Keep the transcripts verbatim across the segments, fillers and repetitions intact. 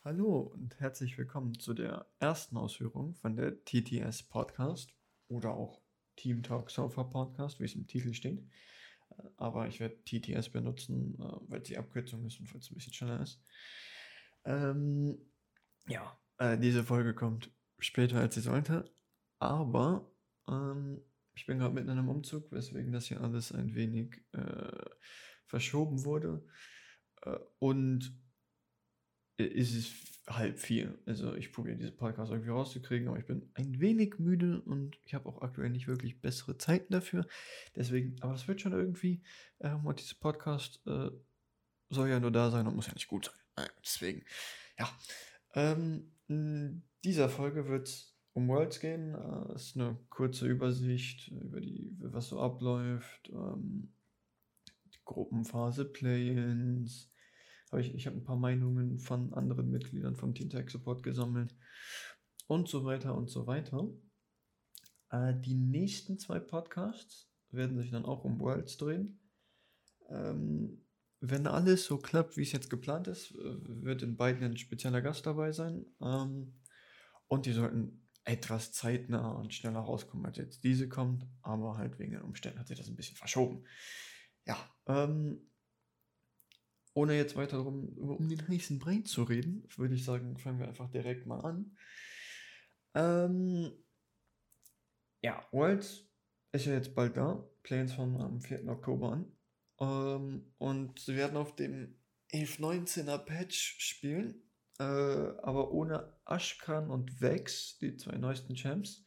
Hallo und herzlich willkommen zu der ersten Ausführung von der T T S Podcast oder auch Team Talk Sofa Podcast, wie es im Titel steht. Äh, Aber ich werde T T S benutzen, äh, weil es die Abkürzung ist und weil es ein bisschen schneller ist. Ähm, ja, äh, diese Folge kommt später, als sie sollte, aber ähm, ich bin gerade mitten in einem Umzug, weswegen das hier alles ein wenig äh, verschoben wurde. Äh, und äh, ist es halb vier. Also ich probiere diese Podcast irgendwie rauszukriegen, aber ich bin ein wenig müde und ich habe auch aktuell nicht wirklich bessere Zeiten dafür. Deswegen, aber das wird schon irgendwie. Ähm, und dieser Podcast äh, soll ja nur da sein und muss ja nicht gut sein. Äh, Deswegen, ja. Ähm, in dieser Folge wird es um Worlds gehen. Äh, ist eine kurze Übersicht über die, was so abläuft. Ähm, die Gruppenphase, Play-ins. Hab ich ich habe ein paar Meinungen von anderen Mitgliedern vom Team Tech Support gesammelt und so weiter und so weiter. Äh, die nächsten zwei Podcasts werden sich dann auch um Worlds drehen. Ähm, wenn alles so klappt, wie es jetzt geplant ist, äh, wird in beiden ein spezieller Gast dabei sein. Ähm, und die sollten etwas zeitnah und schneller rauskommen, als jetzt diese kommt. Aber halt wegen den Umständen hat sich das ein bisschen verschoben. Ja, ähm, ohne jetzt weiter drum, um den heißen Brei zu reden, würde ich sagen, fangen wir einfach direkt mal an. Ähm, ja, Worlds ist ja jetzt bald da. Play-ins fangen am vierten Oktober an. Ähm, und sie werden auf dem elf neunzehner Patch spielen, äh, aber ohne Ashkan und Vex, die zwei neuesten Champs.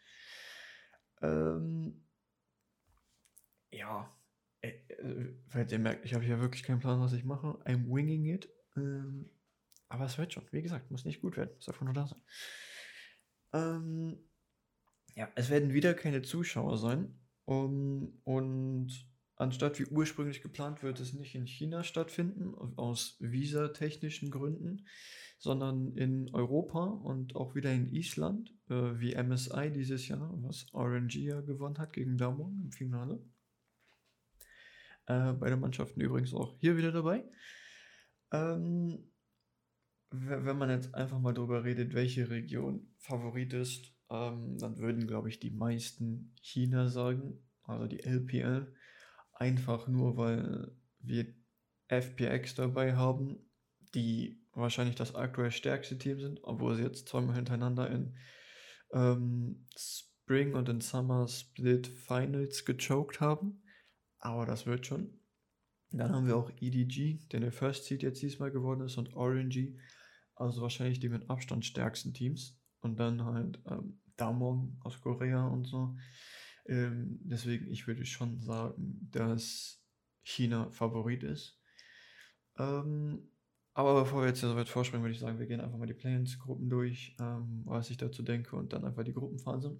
Ähm, ja, äh, äh, weil ihr merkt, ich habe hier wirklich keinen Plan, was ich mache. I'm winging it. Ähm, aber es wird schon. Wie gesagt, muss nicht gut werden. Muss einfach nur da sein. Ähm, ja, es werden wieder keine Zuschauer sein. Um, und anstatt wie ursprünglich geplant, wird es nicht in China stattfinden, aus visatechnischen Gründen, sondern in Europa und auch wieder in Island, äh, wie M S I dieses Jahr, was R N G ja gewonnen hat gegen Damwon im Finale. Äh, beide Mannschaften übrigens auch hier wieder dabei. Ähm, we- wenn man jetzt einfach mal drüber redet, welche Region Favorit ist, ähm, dann würden, glaube ich, die meisten China sagen, also die L P L, einfach nur, weil wir F P X dabei haben, die wahrscheinlich das aktuell stärkste Team sind, obwohl sie jetzt zweimal hintereinander in ähm, Spring und in Summer Split Finals gechoked haben. Aber das wird schon. Dann haben wir auch E D G, der der First Seed jetzt diesmal geworden ist, und R N G, also wahrscheinlich die mit Abstand stärksten Teams. Und dann halt ähm, Damwon aus Korea und so. Ähm, deswegen, ich würde schon sagen, dass China Favorit ist. Ähm, aber bevor wir jetzt so weit vorspringen, würde ich sagen, wir gehen einfach mal die Play-ins-Gruppen durch, ähm, was ich dazu denke, und dann einfach die Gruppenphase.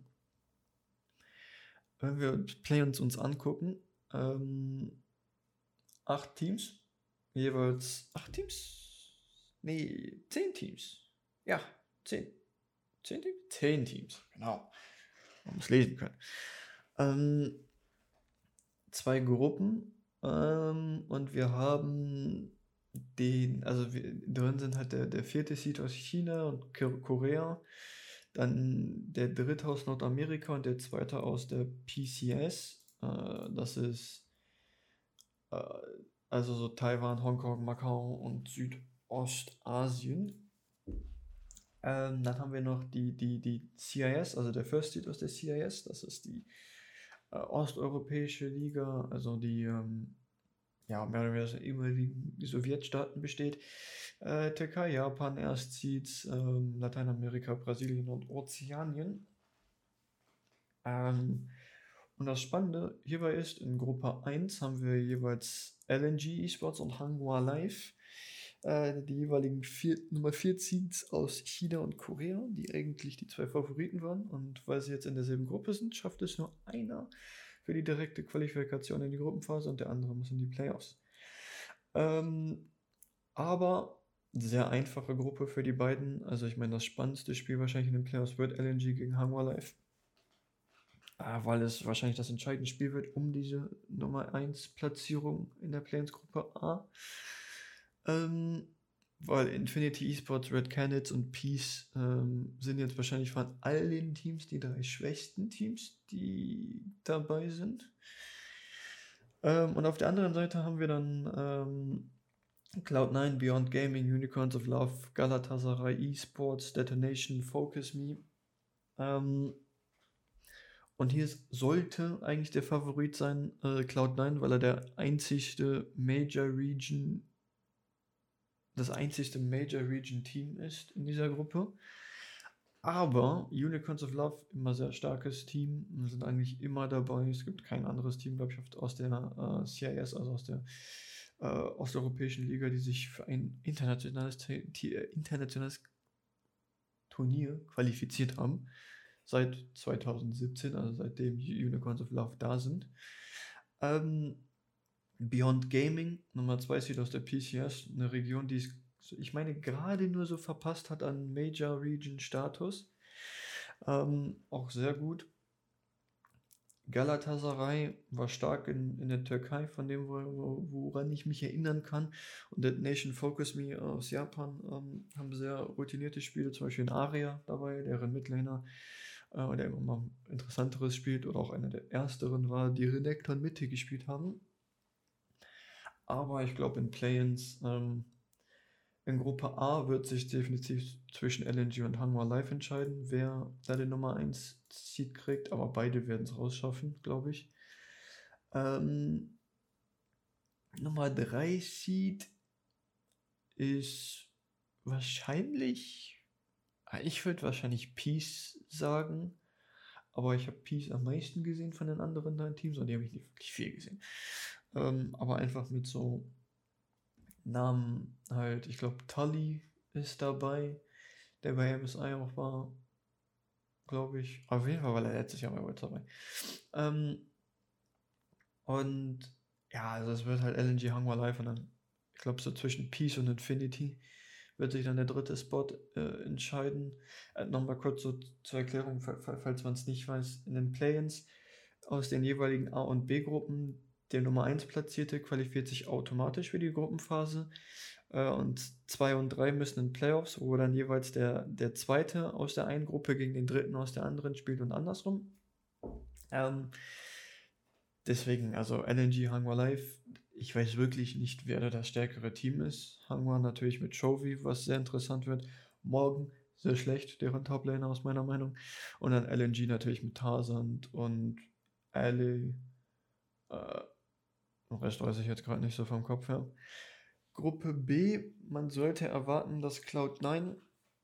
Wenn wir uns Play-ins uns angucken, ähm, acht Teams, jeweils acht Teams? Nee, zehn Teams. Ja, zehn. Zehn Teams? Zehn Teams, genau. Man muss lesen können. Ähm, zwei Gruppen, ähm, und wir haben den, also wir, drin sind halt der, der vierte Seed aus China und Ko- Korea, dann der dritte aus Nordamerika und der zweite aus der P C S. Äh, das ist äh, also so Taiwan, Hongkong, Macau und Südostasien. Ähm, dann haben wir noch die, die, die C I S, also der First Seed aus der C I S, das ist die äh, osteuropäische Liga, also die ähm, ja, mehr oder weniger aus den ehemaligen Sowjetstaaten besteht. Äh, Türkei, Japan, Erstseeds, ähm, Lateinamerika, Brasilien und Ozeanien. Ähm, und das Spannende hierbei ist, in Gruppe eins haben wir jeweils L N G Esports und Hanwha Live, äh, die jeweiligen vier, Nummer vier Seeds aus China und Korea, die eigentlich die zwei Favoriten waren. Und weil sie jetzt in derselben Gruppe sind, schafft es nur einer für die direkte Qualifikation in die Gruppenphase und der andere muss in die Playoffs. Ähm, aber sehr einfache Gruppe für die beiden. Also ich meine, das spannendste Spiel wahrscheinlich in den Playoffs wird L N G gegen Hanwha Live. Äh, weil es wahrscheinlich das entscheidende Spiel wird um diese Nummer eins Platzierung in der Playoffs Gruppe A. Ähm, weil Infinity Esports, Red Canids und Peace ähm, sind jetzt wahrscheinlich von all den Teams die drei schwächsten Teams, die dabei sind. Ähm, und auf der anderen Seite haben wir dann ähm, Cloud nine, Beyond Gaming, Unicorns of Love, Galatasaray Esports, Detonation, Focus Me. Ähm, und hier ist, sollte eigentlich der Favorit sein, äh, Cloud nine, weil er der einzigste Major Region, das einzigste Major Region Team ist in dieser Gruppe. Aber Unicorns of Love, immer sehr starkes Team, sind eigentlich immer dabei. Es gibt kein anderes Team, glaube ich, aus der äh, C I S, also aus der äh, osteuropäischen Liga, die sich für ein internationales, T- T- äh, internationales Turnier qualifiziert haben. Seit zwanzig siebzehn, also seitdem die Unicorns of Love da sind. Ähm, Beyond Gaming, Nummer zwei Seed aus der P C S, eine Region, die es, ich meine, gerade nur so verpasst hat an Major Region Status. Ähm, auch sehr gut. Galatasaray war stark in, in der Türkei, von dem, wo, wo, woran ich mich erinnern kann. Und Detonation Focus Me aus Japan ähm, haben sehr routinierte Spiele, zum Beispiel in Aria dabei, deren Midlaner, äh, der immer mal interessanteres spielt oder auch einer der ersteren war, die Renekton Mitte gespielt haben. Aber ich glaube, in Play-ins, ähm, in Gruppe A wird sich definitiv zwischen L N G und Hanwha Live entscheiden, wer da den Nummer eins Seed kriegt, aber beide werden es rausschaffen, glaube ich. Ähm, Nummer drei Seed ist wahrscheinlich, ich würde wahrscheinlich Peace sagen, aber ich habe Peace am meisten gesehen von den anderen drei Teams und die habe ich nicht wirklich viel gesehen. Ähm, aber einfach mit so Namen halt, ich glaube Tully ist dabei, der bei M S I auch war, glaube ich. Auf jeden Fall war er letztes Jahr bei Worlds dabei. Ähm, und ja, also es wird halt L N G Hanwha Live und dann, ich glaube, so zwischen Peace und Infinity wird sich dann der dritte Spot äh, entscheiden. Äh, Nochmal kurz so zur Erklärung, falls man es nicht weiß, in den Play-ins aus den jeweiligen A- und B-Gruppen, der Nummer eins Platzierte qualifiziert sich automatisch für die Gruppenphase äh, und zwei und drei müssen in Playoffs, wo dann jeweils der, der zweite aus der einen Gruppe gegen den dritten aus der anderen spielt und andersrum. Ähm, deswegen, also L N G Hanwha Live, ich weiß wirklich nicht, wer da das stärkere Team ist. Hanwha natürlich mit Chovy, was sehr interessant wird. Morgan, sehr schlecht, deren Toplaner aus meiner Meinung. Und dann L N G natürlich mit Tarsand und Ali. Äh, den Rest weiß ich jetzt gerade nicht so vom Kopf her. Gruppe B, man sollte erwarten, dass Cloud nine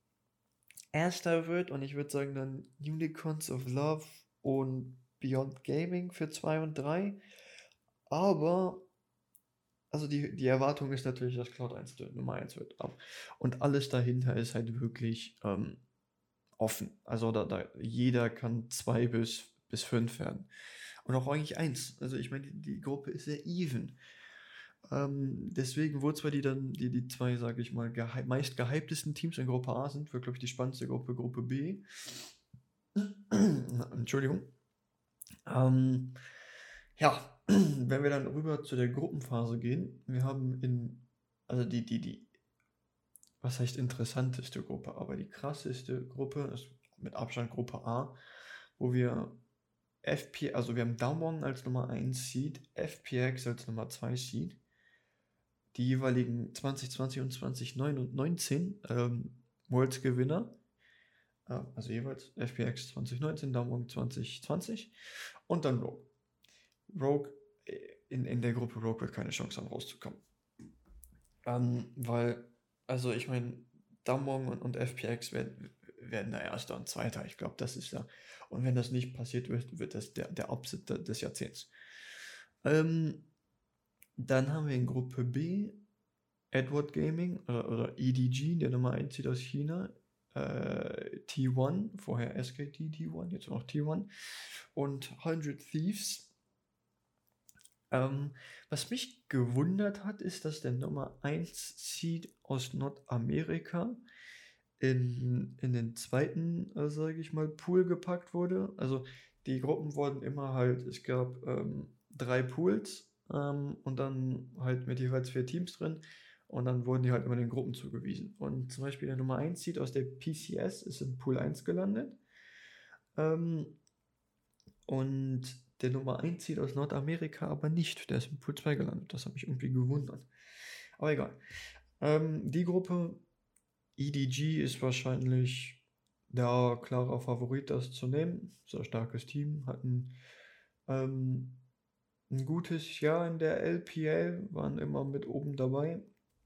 erster wird und ich würde sagen dann Unicorns of Love und Beyond Gaming für zwei und drei. Aber, also die, die Erwartung ist natürlich, dass Cloud eins der Nummer eins wird. Und alles dahinter ist halt wirklich ähm, offen. Also da, da jeder kann zwei bis, bis fünf werden. Und auch eigentlich eins. Also ich meine, die, die Gruppe ist sehr even. Ähm, deswegen, wo zwar die dann, die, die zwei, sage ich mal, gehy meist gehyptesten Teams in Gruppe A sind, wird, glaube ich, die spannendste Gruppe, Gruppe B. Entschuldigung. Ähm, ja, wenn wir dann rüber zu der Gruppenphase gehen, wir haben in, also die, die, die, was heißt interessanteste Gruppe, aber die krasseste Gruppe ist mit Abstand Gruppe A, wo wir F P, also wir haben Damwon als Nummer eins Seed, F P X als Nummer zwei Seed, die jeweiligen zwanzig zwanzig und zwanzig neunzehn ähm, Worlds-Gewinner, äh, also jeweils F P X zwanzig neunzehn, Damwon zwanzig zwanzig und dann Rogue. Rogue, äh, in, in der Gruppe Rogue wird keine Chance haben, rauszukommen. Ähm, weil, also ich meine, Damwon und, und F P X werden, werden da Erster und Zweiter. Ich glaube, das ist ja. Und wenn das nicht passiert wird, wird das der, der Upset des Jahrzehnts. Ähm, dann haben wir in Gruppe B Edward Gaming oder, oder E D G, der Nummer eins Seed aus China. Äh, T eins, vorher S K T T eins, jetzt auch T eins. Und hundred Thieves. Ähm, was mich gewundert hat, ist, dass der Nummer eins Seed aus Nordamerika in, in den zweiten, äh, sage ich mal, Pool gepackt wurde. Also die Gruppen wurden immer halt, es gab ähm, drei Pools ähm, und dann halt mit jeweils vier Teams drin. Und dann wurden die halt immer den Gruppen zugewiesen. Und zum Beispiel der Nummer eins Seed aus der P C S ist in Pool eins gelandet. Ähm, und der Nummer eins Seed aus Nordamerika aber nicht. Der ist in Pool zwei gelandet. Das hat mich irgendwie gewundert. Aber egal. Ähm, die Gruppe E D G ist wahrscheinlich der klare Favorit, das zu nehmen. Sehr starkes Team. Hatten ähm, ein gutes Jahr in der L P L. Waren immer mit oben dabei.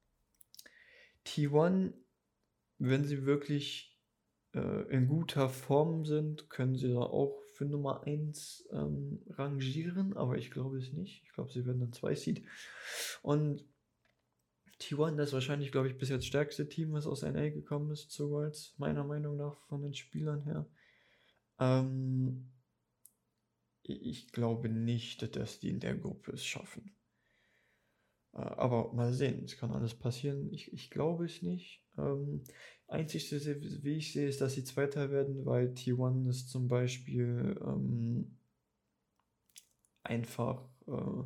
T eins, wenn sie wirklich äh, in guter Form sind, können sie da auch für Nummer eins ähm, rangieren, aber ich glaube es nicht. Ich glaube, sie werden dann zwei Seed. Und T eins, das ist wahrscheinlich, glaube ich, bis jetzt stärkste Team, was aus N A gekommen ist zu Worlds, meiner Meinung nach, von den Spielern her. Ähm, ich glaube nicht, dass die in der Gruppe es schaffen. Aber mal sehen, es kann alles passieren. Ich, ich glaube es nicht. Ähm, Einzigste, wie ich sehe, ist, dass sie Zweiter werden, weil T eins ist zum Beispiel ähm, einfach äh,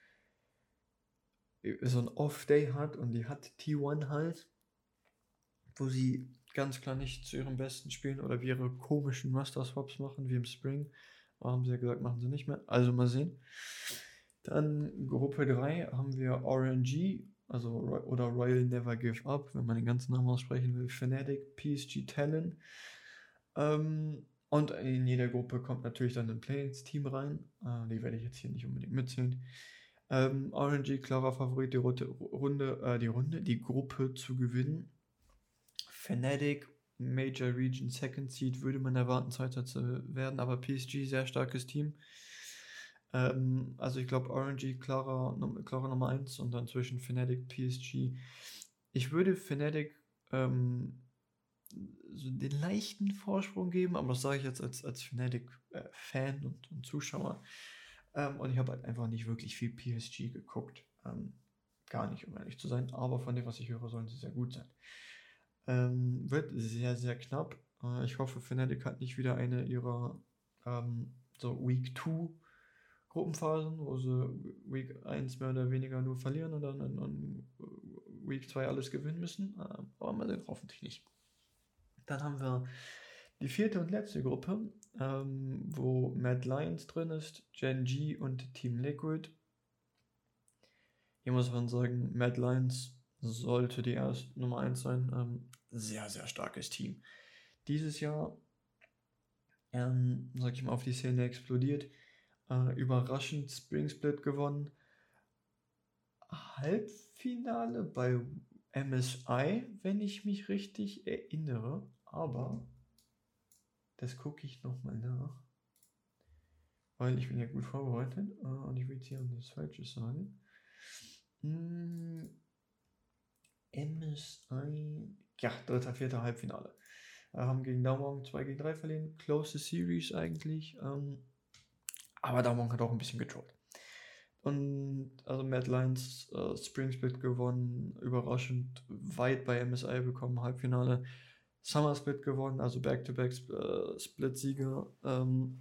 so ein Off-Day hat und die hat T eins halt, wo sie ganz klar nicht zu ihrem Besten spielen oder wie ihre komischen Master-Swaps machen, wie im Spring. Aber haben sie ja gesagt, machen sie nicht mehr. Also mal sehen. Dann Gruppe drei haben wir R N G, also oder Royal Never Give Up, wenn man den ganzen Namen aussprechen will, Fnatic, P S G Talon. Ähm, und in jeder Gruppe kommt natürlich dann ein Play-ins-Team rein. Äh, die werde ich jetzt hier nicht unbedingt mitzählen. Ähm, R N G, klarer Favorit, die Runde, Runde, äh, die Runde, die Gruppe zu gewinnen. Fnatic, Major Region Second Seed, würde man erwarten, Zweiter zu werden, aber P S G, sehr starkes Team. Ähm, also ich glaube, R N G klarer, klarer Nummer eins und dann zwischen Fnatic, P S G. Ich würde Fnatic ähm, so den leichten Vorsprung geben, aber das sage ich jetzt als, als Fnatic-Fan äh, und, und Zuschauer. Ähm, und ich habe halt einfach nicht wirklich viel P S G geguckt. Ähm, gar nicht, um ehrlich zu sein. Aber von dem, was ich höre, sollen sie sehr gut sein. Ähm, wird sehr, sehr knapp. Äh, ich hoffe, Fnatic hat nicht wieder eine ihrer ähm, so Week zwei Gruppenphasen, wo sie Week eins mehr oder weniger nur verlieren und dann in, in Week zwei alles gewinnen müssen. Ähm, aber mal sehen, hoffentlich nicht. Dann haben wir die vierte und letzte Gruppe, ähm, wo Mad Lions drin ist, Gen G und Team Liquid. Hier muss man sagen, Mad Lions sollte die erste Nummer eins sein. Ähm, sehr, sehr starkes Team. Dieses Jahr, ähm, sag ich mal, auf die Szene explodiert. Äh, überraschend Spring Split gewonnen. Halbfinale bei M S I, wenn ich mich richtig erinnere. Aber das gucke ich nochmal nach. Weil ich bin ja gut vorbereitet äh, und ich will jetzt hier nichts Falsches sagen. Mm, M S I, ja, dritter, vierter Halbfinale. Wir haben gegen Damwon zwei gegen drei verlieren. Close Series eigentlich. Ähm, aber Damwon hat auch ein bisschen getrollt. Und also Mad Lions äh, Spring Split gewonnen, überraschend weit bei M S I bekommen, Halbfinale. Summer Split gewonnen, also Back-to-Back äh, Split-Sieger. Ähm,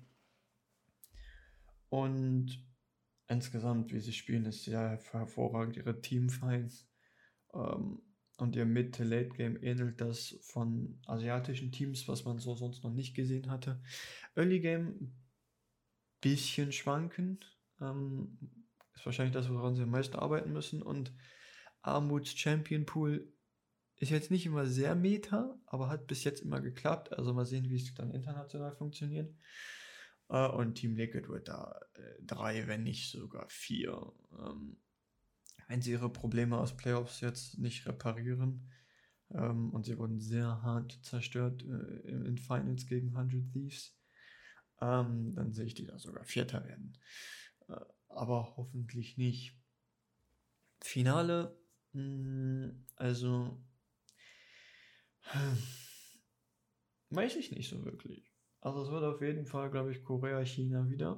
und insgesamt, wie sie spielen, ist sehr hervorragend. Ihre Teamfights ähm, und ihr Mid-to-Late-Game ähnelt das von asiatischen Teams, was man so sonst noch nicht gesehen hatte. Early Game bisschen schwankend. Ähm, ist wahrscheinlich das, woran sie am meisten arbeiten müssen. Und Armuts Champion Pool ist jetzt nicht immer sehr meta, aber hat bis jetzt immer geklappt. Also mal sehen, wie es dann international funktioniert. Uh, und Team Liquid wird da äh, drei, wenn nicht sogar vier. Ähm, wenn sie ihre Probleme aus Playoffs jetzt nicht reparieren. Ähm, und sie wurden sehr hart zerstört äh, in, in Finals gegen hundred Thieves. Ähm, dann sehe ich die da sogar Vierter werden. Äh, aber hoffentlich nicht. Finale, mh, also weiß ich nicht so wirklich. Also es wird auf jeden Fall, glaube ich, Korea, China wieder.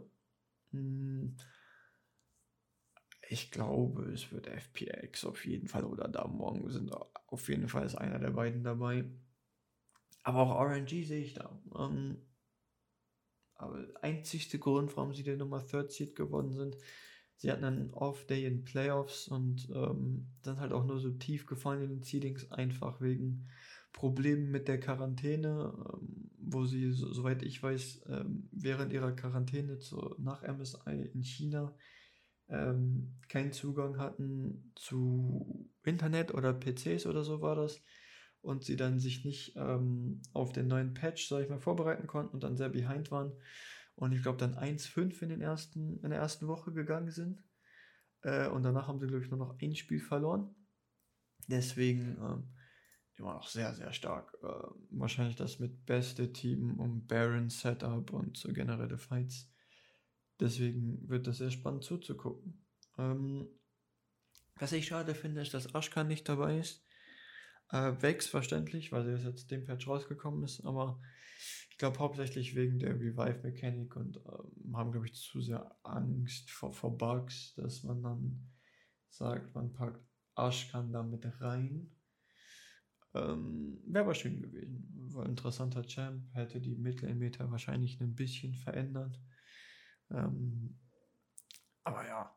Ich glaube, es wird F P X auf jeden Fall oder Damwon sind auf jeden Fall ist einer der beiden dabei. Aber auch R N G sehe ich da. Ähm, aber einzigste Grund, warum sie der Nummer Third Seed gewonnen sind, sie hatten einen Off-Day in Playoffs und ähm, sind halt auch nur so tief gefallen in den Seedings, einfach wegen Problemen mit der Quarantäne, ähm, wo sie, so, soweit ich weiß, ähm, während ihrer Quarantäne zu, nach M S I in China ähm, keinen Zugang hatten zu Internet oder P Cs oder so war das und sie dann sich nicht ähm, auf den neuen Patch, sag ich mal, vorbereiten konnten und dann sehr behind waren und ich glaube dann eins fünf in den ersten, in der ersten Woche gegangen sind äh, und danach haben sie, glaube ich, nur noch ein Spiel verloren. Deswegen ähm, immer noch sehr, sehr stark. Äh, wahrscheinlich das mit beste Team und Baron Setup und so generelle Fights. Deswegen wird das sehr spannend zuzugucken. Ähm, was ich schade finde, ist, dass Ashkan nicht dabei ist. Äh, Vex verständlich, weil sie jetzt dem Patch rausgekommen ist, aber ich glaube hauptsächlich wegen der Revive-Mechanik und ähm, haben, glaube ich, zu sehr Angst vor, vor Bugs, dass man dann sagt, man packt Ashkan da mit rein. Ähm, Wäre aber schön gewesen. War ein interessanter Champ, hätte die Midlane-Meter wahrscheinlich ein bisschen verändert. Ähm, aber ja.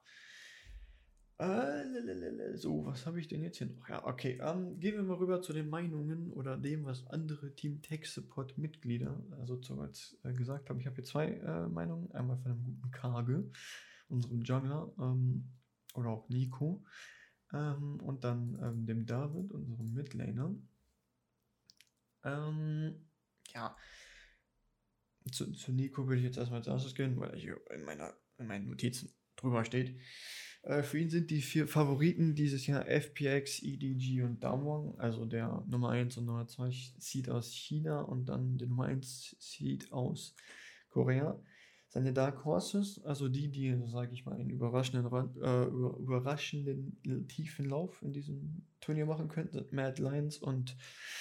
Äh, so, was habe ich denn jetzt hier noch? Ja, okay. Ähm, gehen wir mal rüber zu den Meinungen oder dem, was andere Team Tech Support Mitglieder also zuletzt äh, gesagt haben. Ich habe hier zwei äh, Meinungen. Einmal von einem guten Kage, unserem Jungler, ähm, oder auch Nico. Ähm, und dann ähm, dem David, unserem Midlaner. Ähm, ja. Zu, zu Nico würde ich jetzt erstmal als erstes gehen, weil er hier in, meiner, in meinen Notizen drüber steht. Äh, für ihn sind die vier Favoriten dieses Jahr F P X, E D G und Damwon. Also der Nummer eins und Nummer zwei Seed aus China und dann der Nummer eins Seed aus Korea. Seine Dark Horses, also die, die, sage ich mal, einen überraschenden, Ran- äh, über, überraschenden tiefen Lauf in diesem Turnier machen könnten, sind Mad Lions und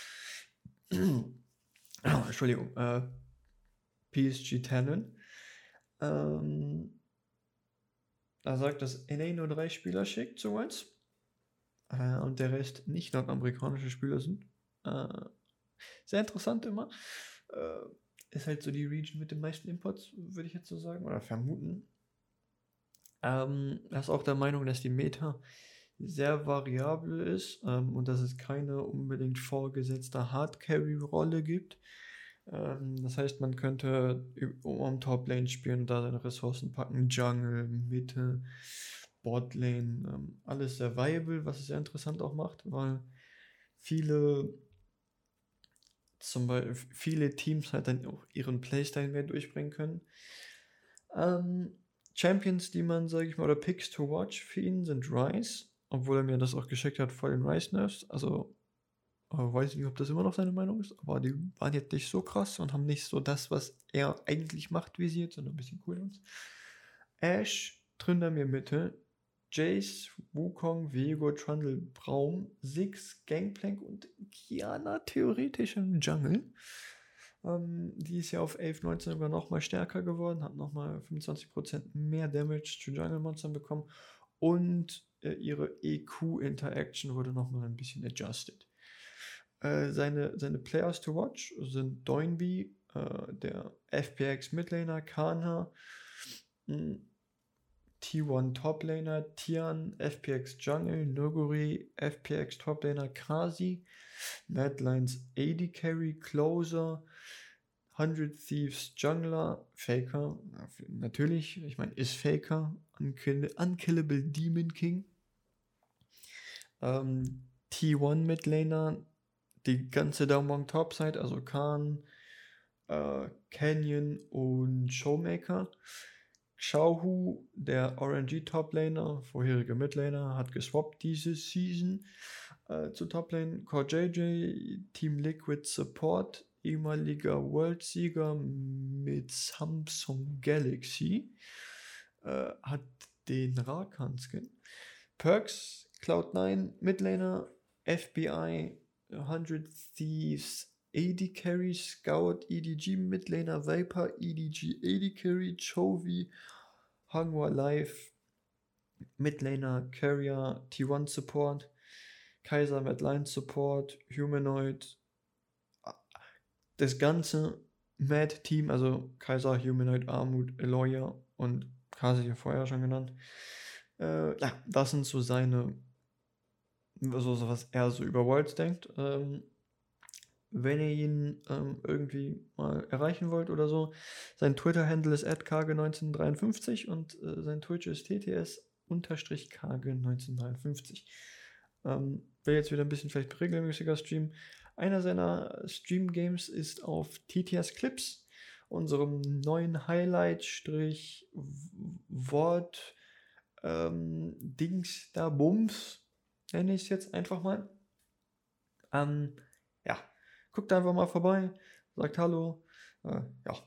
oh, Entschuldigung, äh, P S G Talon. Ähm, er sagt, dass N A nur drei Spieler schickt zu uns äh, und der Rest nicht nordamerikanische Spieler sind. Äh, sehr interessant immer. Äh, ist halt so die Region mit den meisten Imports, würde ich jetzt so sagen, oder vermuten. Ähm, er ist auch der Meinung, dass die Meta sehr variabel ist ähm, und dass es keine unbedingt vorgesetzte Hard-Carry-Rolle gibt. Ähm, das heißt, man könnte um Top-Lane spielen und da seine Ressourcen packen, Jungle, Mitte, Botlane, ähm, alles sehr viable, was es sehr interessant auch macht, weil viele zum Beispiel viele Teams halt dann auch ihren Playstyle mehr durchbringen können. Ähm, Champions, die man, sage ich mal, oder Picks to watch für ihn sind Rice, obwohl er mir das auch geschickt hat vor den Rice Nerfs. Also äh, weiß nicht, ob das immer noch seine Meinung ist, aber die waren jetzt nicht so krass und haben nicht so das, was er eigentlich macht, visiert, sondern ein bisschen cool. Ash, Tryndamere Mitte, Jace, Wukong, Viego, Trundle, Braum, Six, Gangplank und Kiana theoretisch im Jungle. Ähm, die ist ja auf elf neunzehn sogar nochmal stärker geworden, hat nochmal fünfundzwanzig Prozent mehr Damage zu Jungle-Monstern bekommen und äh, ihre E Q-Interaction wurde nochmal ein bisschen adjusted. Äh, seine, seine Players to watch sind Doinby, äh, der F P X Midlaner, Kana, T eins Toplaner, Tian, F P X Jungle, Noguri, F P X Toplaner, Krasi, Mad Lions A D Carry, Closer, hundred Thieves Jungler, Faker, natürlich, ich meine, ist Faker, Unkill Unkillable Demon King, ähm, T eins Midlaner, die ganze Damwon Topside, also Khan, äh, Canyon und Showmaker. Xiaohu, der R N G Toplaner, vorherige Midlaner, hat geswappt diese Season äh, zu Toplane. Core J J, Team Liquid Support, ehemaliger World-Sieger mit Samsung Galaxy, äh, hat den Rakan-Skin. Perks, Cloud nine, Midlaner, F B I, hundred Thieves, A D Carry, Scout, E D G Midlaner, Viper, E D G A D Carry, Chovy, Hanwha Life, Midlaner, Carrier, T eins Support, Kaiser Mad Lions Support, Humanoid, das ganze Mad Team, also Kaiser, Humanoid, Armut, Eloya und Kasi ja vorher schon genannt, Äh, ja, das sind so seine, so, so was er so über Worlds denkt. Ähm, wenn ihr ihn ähm, irgendwie mal erreichen wollt oder so, sein Twitter-Handle ist at kage neunzehnhundertdreiundfünfzig und äh, sein Twitch ist tts-kage neunzehnhundertdreiundfünfzig. Ähm, will jetzt wieder ein bisschen vielleicht regelmäßiger streamen. Einer seiner Stream-Games ist auf T T S Clips, unserem neuen Highlight-Wort ähm, Dings da Bums, nenne ich es jetzt einfach mal. Ähm, ja, guckt einfach mal vorbei, sagt Hallo. Äh, ja.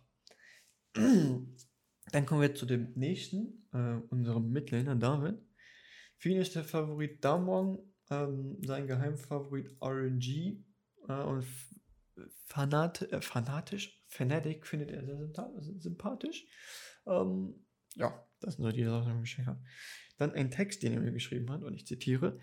Dann kommen wir zu dem nächsten, äh, unserem Midlaner David. Für ihn ist der Favorit Damwon, ähm, sein Geheimfavorit R N G äh, und Fanat äh, fanatisch, Fanatic findet er sehr sympathisch. Ähm, ja, das sind so die Sachen, die ich mir geschrieben habe. Dann ein Text, den er mir geschrieben hat, und ich zitiere.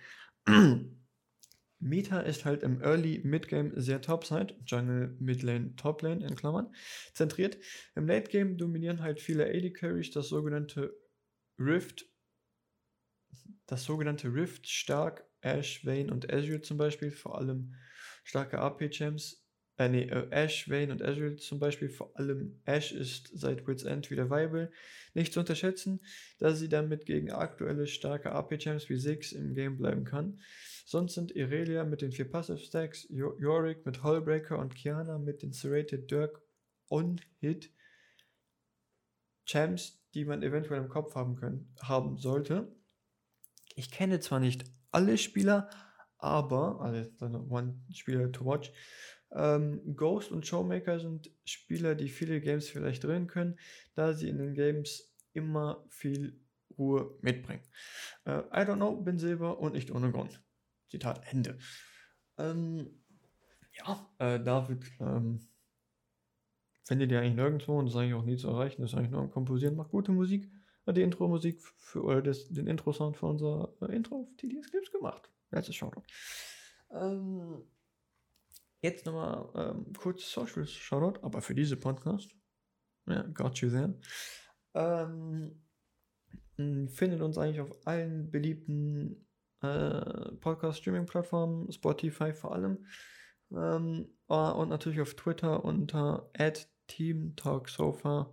Meta ist halt im Early Midgame sehr Topside, Jungle, Midlane, Toplane in Klammern, zentriert. Im Late Game dominieren halt viele A D Carries das sogenannte Rift, das sogenannte Rift stark, Ashe, Vayne und Azure zum Beispiel, vor allem starke A P-Champs. Äh, nee, äh, Ashe, Vayne und Azure zum Beispiel, vor allem Ashe ist seit Wit's End wieder viable. Nicht zu unterschätzen, da sie damit gegen aktuelle starke A P-Champs wie Ziggs im Game bleiben kann. Sonst sind Irelia mit den vier Passive Stacks, Yorick mit Hullbreaker und Kiana mit den Serrated Dirk On-Hit Champs, die man eventuell im Kopf haben können, haben sollte. Ich kenne zwar nicht alle Spieler, aber, also One-Spieler to watch, ähm, Ghost und Showmaker sind Spieler, die viele Games vielleicht drehen können, da sie in den Games immer viel Ruhe mitbringen. Äh, I don't know, bin Silber und nicht ohne Grund. Zitat Ende. Ähm, ja, äh, David ähm, findet ihr eigentlich nirgendwo und ist eigentlich auch nie zu erreichen. Ist eigentlich nur am Komposieren, macht gute Musik. Hat die Intro-Musik für, oder das, den Intro-Sound für unser äh, Intro auf T D S Clips gemacht. Letztes Shoutout. Ähm, jetzt nochmal ähm, kurz Social Shoutout, aber für diese Podcast. Ja, got you there. Ähm, findet uns eigentlich auf allen beliebten äh, Podcast-Streaming-Plattformen, Spotify vor allem. Ähm, und natürlich auf Twitter unter at teamtalksofa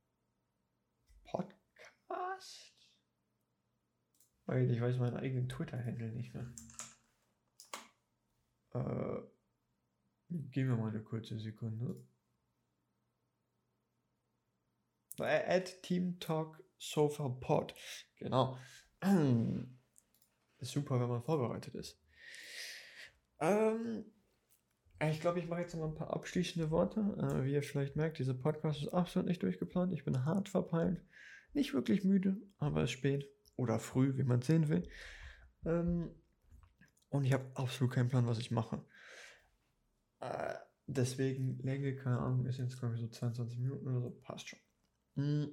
Podcast. Weil ich weiß meinen eigenen Twitter-Handle nicht mehr. Äh, geben wir mal eine kurze Sekunde. At teamtalksofapod. Genau. Ist super, wenn man vorbereitet ist. Ähm, ich glaube, ich mache jetzt noch mal ein paar abschließende Worte. Äh, wie ihr vielleicht merkt, dieser Podcast ist absolut nicht durchgeplant. Ich bin hart verpeilt. Nicht wirklich müde, aber es ist spät. Oder früh, wie man es sehen will. Ähm, und ich habe absolut keinen Plan, was ich mache. Äh, deswegen Länge, keine Ahnung, ist jetzt, glaube ich, so zweiundzwanzig Minuten oder so. Passt schon. Mhm.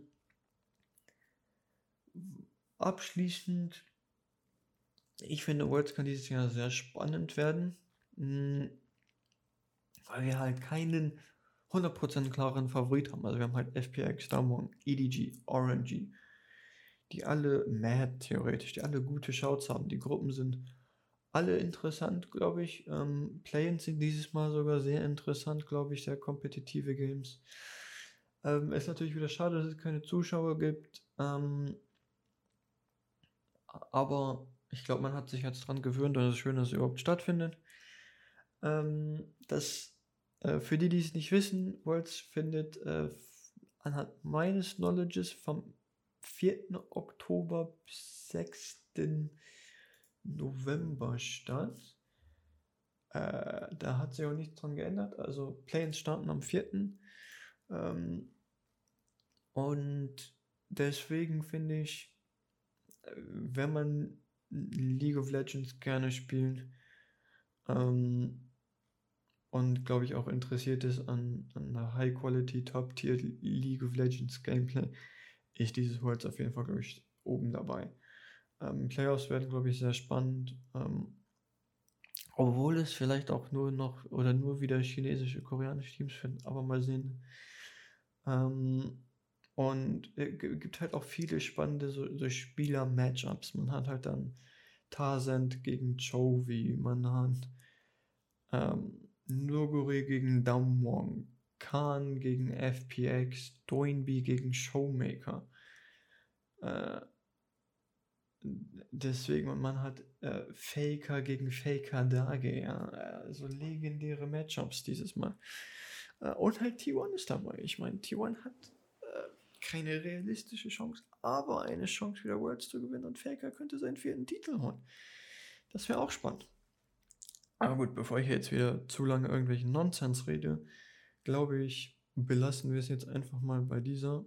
Abschließend, ich finde, Worlds kann dieses Jahr sehr spannend werden. Mhm. Weil wir halt keinen hundert Prozent klaren Favorit haben. Also wir haben halt F P X, Damwon, E D G, R N G, die alle mad theoretisch, die alle gute Shouts haben. Die Gruppen sind alle interessant, glaube ich. Ähm, Play-ins sind dieses Mal sogar sehr interessant, glaube ich, sehr kompetitive Games. Ähm, ist natürlich wieder schade, dass es keine Zuschauer gibt. Ähm, aber ich glaube, man hat sich jetzt dran gewöhnt und es ist schön, dass es überhaupt stattfindet. Ähm, das äh, für die, die es nicht wissen, Worlds findet äh, anhand meines Knowledges vom vierten Oktober bis sechsten November statt. Äh, da hat sich auch nichts dran geändert. Also Play-ins starten am vierten Ähm, und deswegen finde ich, äh, wenn man League of Legends gerne spielt, ähm, und glaube ich auch interessiert ist an, an einer High-Quality, Top-Tier League of Legends Gameplay, ist dieses Worlds auf jeden Fall, glaube ich, oben dabei. Ähm, Playoffs werden, glaube ich, sehr spannend, ähm, obwohl es vielleicht auch nur noch oder nur wieder chinesische, koreanische Teams finden, aber mal sehen. Ähm, Und es gibt halt auch viele spannende so, so Spieler-Matchups. Man hat halt dann Tarzan gegen Chovy, man hat ähm, Noguri gegen Damwon, Khan gegen F P X, Doinby gegen Showmaker. Äh, deswegen, und man hat äh, Faker gegen Faker Dage, ja, also legendäre Matchups dieses Mal. Äh, und halt T eins ist dabei. Ich meine, T eins hat äh, keine realistische Chance, aber eine Chance wieder Worlds zu gewinnen und Faker könnte seinen vierten Titel holen. Das wäre auch spannend. Aber gut, bevor ich jetzt wieder zu lange irgendwelchen Nonsens rede, glaube ich, belassen wir es jetzt einfach mal bei dieser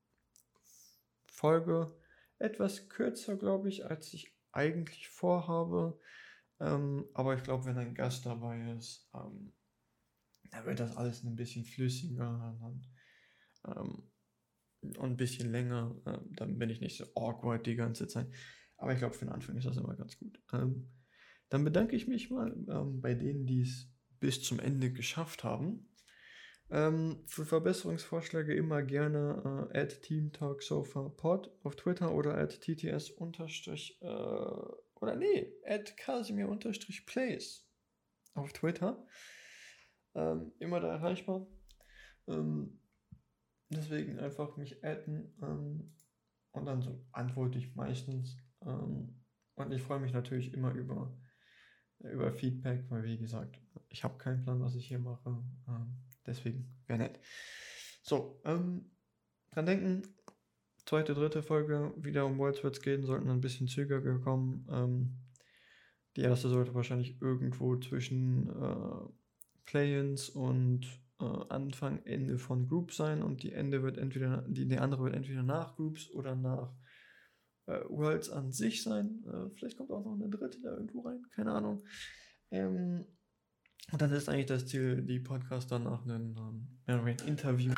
Folge. Etwas kürzer, glaube ich, als ich eigentlich vorhabe. Ähm, aber ich glaube, wenn ein Gast dabei ist, ähm, dann wird das alles ein bisschen flüssiger dann, ähm, und ein bisschen länger. Ähm, dann bin ich nicht so awkward die ganze Zeit. Aber ich glaube, für den Anfang ist das immer ganz gut. Ähm, dann bedanke ich mich mal ähm, bei denen, die es bis zum Ende geschafft haben. Ähm, für Verbesserungsvorschläge immer gerne äh, at teamtalksofapod auf Twitter oder at tts unterstrich äh, oder nee, at casimir unterstrich plays auf Twitter. Ähm, immer da erreichbar. Ähm, deswegen einfach mich adden ähm, und dann so antworte ich meistens. Ähm, und ich freue mich natürlich immer über, über Feedback, weil wie gesagt, ich habe keinen Plan, was ich hier mache. Ähm, deswegen wäre nett. So, ähm, dran denken, zweite, dritte Folge, wieder um Worlds wird's gehen, sollten ein bisschen zügiger kommen. Ähm, die erste sollte wahrscheinlich irgendwo zwischen äh, Play-ins und äh, Anfang, Ende von Groups sein und die Ende wird entweder, die, die andere wird entweder nach Groups oder nach äh, Worlds an sich sein. Äh, vielleicht kommt auch noch eine dritte da irgendwo rein, keine Ahnung. Ähm, und dann ist eigentlich das Ziel, die Podcast danach ein, um, ein Interview.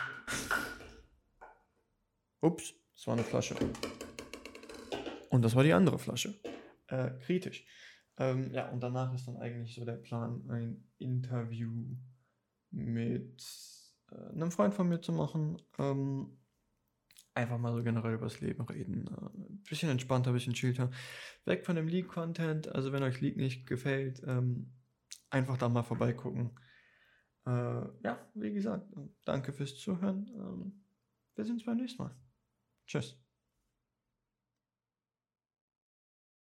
Ups, das war eine Flasche. Und das war die andere Flasche. Äh, kritisch. Ähm, ja, und danach ist dann eigentlich so der Plan, ein Interview mit äh, einem Freund von mir zu machen. Ähm, einfach mal so generell übers Leben reden. Äh, bisschen entspannter, bisschen chillter. Weg von dem League-Content. Also wenn euch League nicht gefällt, ähm, einfach da mal vorbeigucken. Äh, ja, wie gesagt, danke fürs Zuhören. Ähm, wir sehen uns beim nächsten Mal. Tschüss.